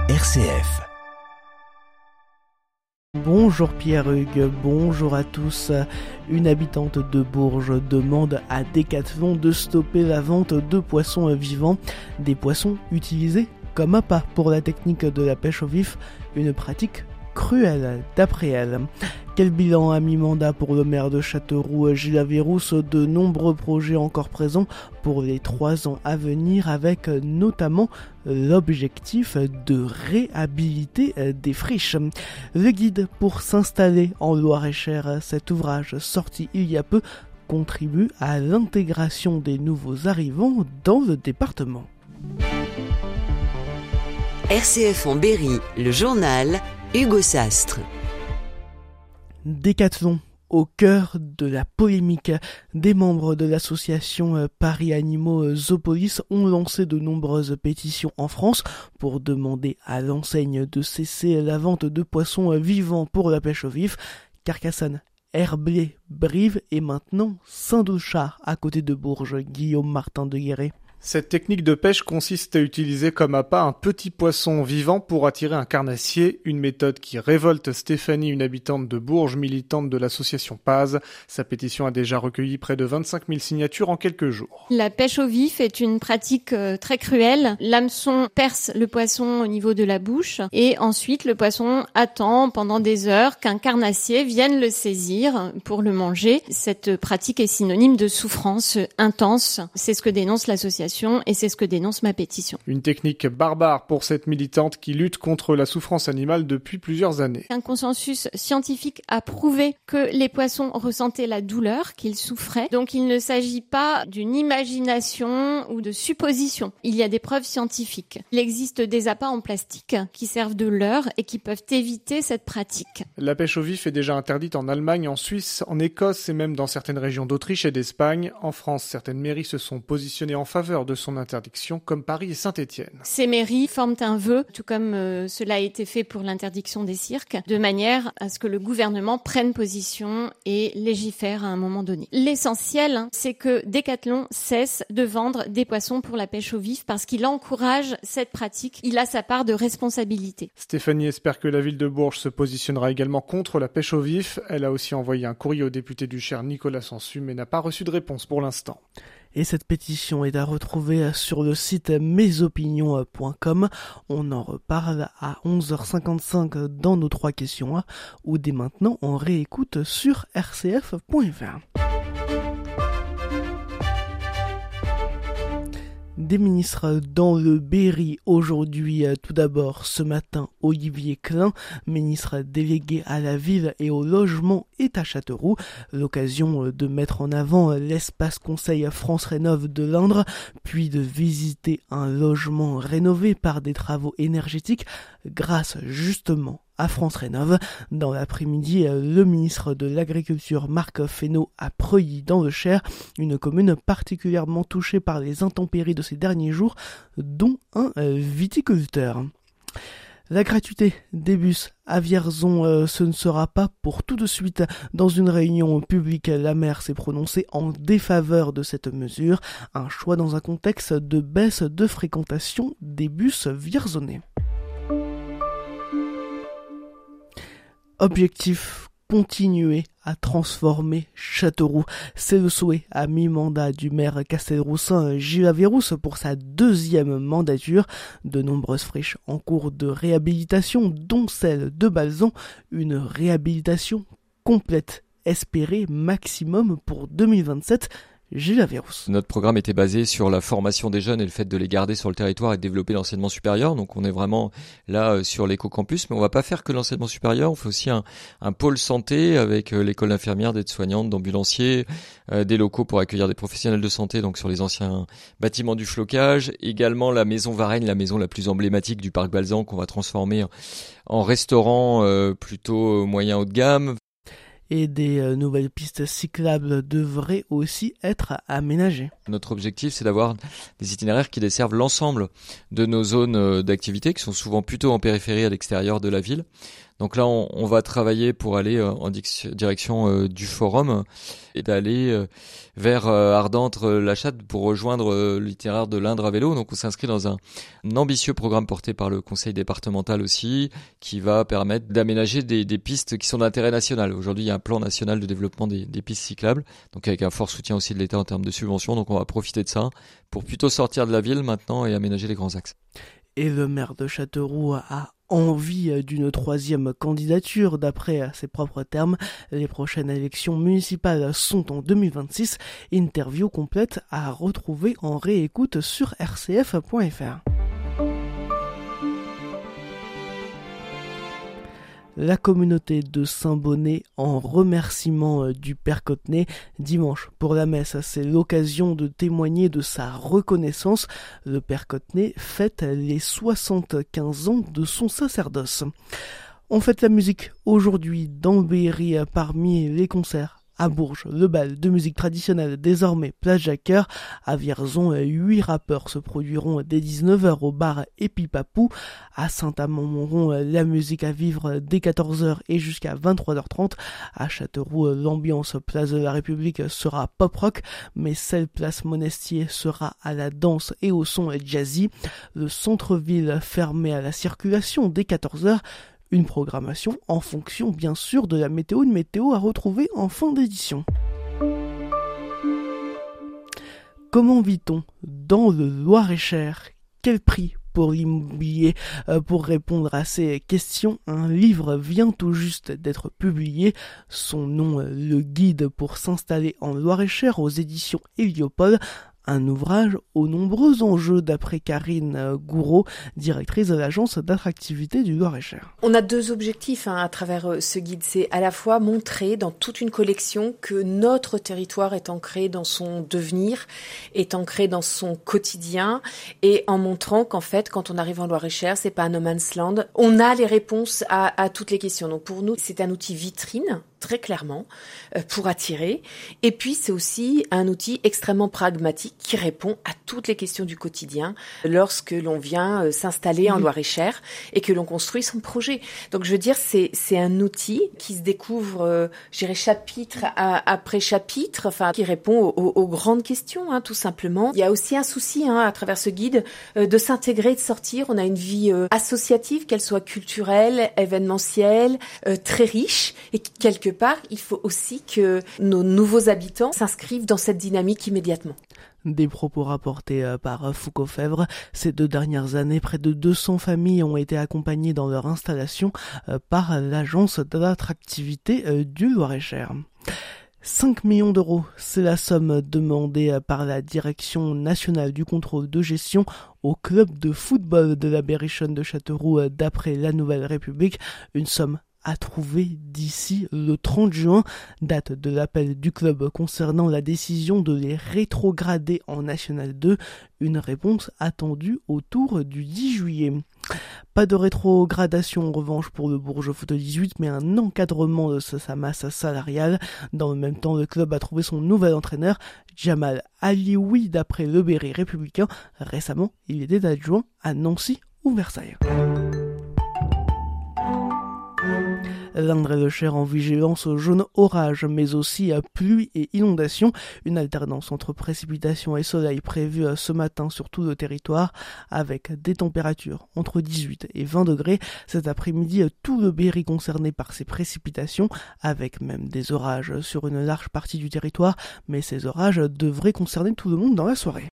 RCF. Bonjour Pierre-Hugues, bonjour à tous. Une habitante de Bourges demande à Decathlon de stopper la vente de poissons vivants, des poissons utilisés comme appât pour la technique de la pêche au vif, une pratique cruelle d'après elle. Quel bilan à mi-mandat pour le maire de Châteauroux, Gilles Averrousse, de nombreux projets encore présents pour les 3 ans à venir, avec notamment l'objectif de réhabiliter des friches. Le guide pour s'installer en Loir-et-Cher, cet ouvrage sorti il y a peu, contribue à l'intégration des nouveaux arrivants dans le département. RCF en Berry, le journal Hugo Sastre. Decathlon au cœur de la polémique. Des membres de l'association Paris Animaux Zoopolis ont lancé de nombreuses pétitions en France pour demander à l'enseigne de cesser la vente de poissons vivants pour la pêche au vif. Carcassonne, Herblay, Brive et maintenant Saint-Doulchard à côté de Bourges. Guillaume Martin de Guéret. Cette technique de pêche consiste à utiliser comme appât un petit poisson vivant pour attirer un carnassier, une méthode qui révolte Stéphanie, une habitante de Bourges, militante de l'association Paz. Sa pétition a déjà recueilli près de 25 000 signatures en quelques jours. La pêche au vif est une pratique très cruelle. L'hameçon perce le poisson au niveau de la bouche et ensuite le poisson attend pendant des heures qu'un carnassier vienne le saisir pour le manger. Cette pratique est synonyme de souffrance intense. C'est ce que dénonce l'association. Et c'est ce que dénonce ma pétition. Une technique barbare pour cette militante qui lutte contre la souffrance animale depuis plusieurs années. Un consensus scientifique a prouvé que les poissons ressentaient la douleur, qu'ils souffraient. Donc il ne s'agit pas d'une imagination ou de supposition. Il y a des preuves scientifiques. Il existe des appâts en plastique qui servent de leurre et qui peuvent éviter cette pratique. La pêche au vif est déjà interdite en Allemagne, en Suisse, en Écosse et même dans certaines régions d'Autriche et d'Espagne. En France, certaines mairies se sont positionnées en faveur de son interdiction, comme Paris et Saint-Étienne. Ces mairies forment un vœu, tout comme cela a été fait pour l'interdiction des cirques, de manière à ce que le gouvernement prenne position et légifère à un moment donné. L'essentiel, c'est que Decathlon cesse de vendre des poissons pour la pêche au vif parce qu'il encourage cette pratique. Il a sa part de responsabilité. Stéphanie espère que la ville de Bourges se positionnera également contre la pêche au vif. Elle a aussi envoyé un courrier au député du Cher Nicolas Sansu, mais n'a pas reçu de réponse pour l'instant. Et cette pétition est à retrouver sur le site mesopinions.com. On en reparle à 11h55 dans nos 3 questions, ou dès maintenant on réécoute sur rcf.fr. Des ministres dans le Berry aujourd'hui. Tout d'abord, ce matin, Olivier Klein, ministre délégué à la ville et au logement, est à Châteauroux. L'occasion de mettre en avant l'espace conseil France Rénov de l'Indre, puis de visiter un logement rénové par des travaux énergétiques grâce justement à France Rénov. Dans l'après-midi, le ministre de l'Agriculture Marc Fesneau à Preuilly dans le Cher, une commune particulièrement touchée par les intempéries de ces derniers jours, dont un viticulteur. La gratuité des bus à Vierzon, ce ne sera pas pour tout de suite. Dans une réunion publique, la maire s'est prononcée en défaveur de cette mesure, un choix dans un contexte de baisse de fréquentation des bus vierzonais. Objectif, continuer à transformer Châteauroux. C'est le souhait à mi-mandat du maire castelroussin Gilles Averrousse pour sa 2e mandature. De nombreuses friches en cours de réhabilitation, dont celle de Balzan, une réhabilitation complète, espérée maximum pour 2027. Gilles Averrousse. Notre programme était basé sur la formation des jeunes et le fait de les garder sur le territoire et de développer l'enseignement supérieur. Donc on est vraiment là sur l'éco-campus, mais on va pas faire que l'enseignement supérieur. On fait aussi un pôle santé avec l'école d'infirmières, d'aides-soignantes, d'ambulanciers, des locaux pour accueillir des professionnels de santé, donc sur les anciens bâtiments du flocage. Également la maison Varenne, la maison la plus emblématique du parc Balzan qu'on va transformer en restaurant plutôt moyen haut de gamme. Et des nouvelles pistes cyclables devraient aussi être aménagées. Notre objectif, c'est d'avoir des itinéraires qui desservent l'ensemble de nos zones d'activité, qui sont souvent plutôt en périphérie à l'extérieur de la ville. Donc là, on va travailler pour aller en direction du forum et d'aller vers Ardentes-la Chatte pour rejoindre l'itinéraire de l'Indre à vélo. Donc on s'inscrit dans un ambitieux programme porté par le conseil départemental aussi, qui va permettre d'aménager des pistes qui sont d'intérêt national. Aujourd'hui, il y a un plan national de développement des pistes cyclables, donc avec un fort soutien aussi de l'État en termes de subventions. Donc on va profiter de ça pour plutôt sortir de la ville maintenant et aménager les grands axes. Et le maire de Châteauroux a envie d'une 3e candidature. D'après ses propres termes, les prochaines élections municipales sont en 2026. Interview complète à retrouver en réécoute sur rcf.fr. La communauté de Saint-Bonnet en remerciement du Père Cottenet. Dimanche, pour la messe, c'est l'occasion de témoigner de sa reconnaissance. Le Père Cottenet fête les 75 ans de son sacerdoce. On fête la musique aujourd'hui dans le Berry parmi les concerts. À Bourges, le bal de musique traditionnelle désormais Place Jacques-Cœur. À Vierzon, 8 rappeurs se produiront dès 19h au bar Épipapou. À Saint-Amand-Montrond, la musique à vivre dès 14h et jusqu'à 23h30. À Châteauroux, l'ambiance Place de la République sera pop-rock, mais celle Place Monestier sera à la danse et au son jazzy. Le centre-ville fermé à la circulation dès 14h. Une programmation en fonction bien sûr de la météo, une météo à retrouver en fin d'édition. Comment vit-on dans le Loir-et-Cher ? Quel prix pour l'immobilier ? Pour répondre à ces questions, un livre vient tout juste d'être publié. Son nom, Le guide pour s'installer en Loir-et-Cher aux éditions Héliopole. Un ouvrage aux nombreux enjeux d'après Karine Gouraud, directrice de l'agence d'attractivité du Loir-et-Cher. On a 2 objectifs à travers ce guide. C'est à la fois montrer dans toute une collection que notre territoire est ancré dans son devenir, est ancré dans son quotidien, et en montrant qu'en fait, quand on arrive en Loir-et-Cher, c'est pas un no man's land. On a les réponses à toutes les questions. Donc pour nous, c'est un outil vitrine, très clairement, pour attirer. Et puis, c'est aussi un outil extrêmement pragmatique qui répond à toutes les questions du quotidien lorsque l'on vient s'installer en Loir-et-Cher et que l'on construit son projet. Donc, je veux dire, c'est un outil qui se découvre, je dirais, chapitre après chapitre, enfin, qui répond aux grandes questions, tout simplement. Il y a aussi un souci, à travers ce guide, de s'intégrer, de sortir. On a une vie associative, qu'elle soit culturelle, événementielle, très riche, et quelque part, il faut aussi que nos nouveaux habitants s'inscrivent dans cette dynamique immédiatement. Des propos rapportés par Foucault-Fèvre. Ces 2 dernières années, près de 200 familles ont été accompagnées dans leur installation par l'agence de l'attractivité du Loir-et-Cher. 5 millions d'euros, c'est la somme demandée par la Direction nationale du contrôle de gestion au club de football de la Berrichonne de Châteauroux d'après la Nouvelle République. Une somme à trouver d'ici le 30 juin, date de l'appel du club concernant la décision de les rétrograder en National 2, une réponse attendue autour du 10 juillet. Pas de rétrogradation en revanche pour le Bourges Foot 18, mais un encadrement de sa masse salariale. Dans le même temps, le club a trouvé son nouvel entraîneur, Jamal Alioui, d'après le Berry républicain. Récemment, il était adjoint à Nancy ou Versailles. L'Indre-et-le-Cher en vigilance jaune orage, mais aussi à pluie et inondation. Une alternance entre précipitations et soleil prévue ce matin sur tout le territoire, avec des températures entre 18 et 20 degrés. Cet après-midi, tout le Berry concerné par ces précipitations, avec même des orages sur une large partie du territoire, mais ces orages devraient concerner tout le monde dans la soirée.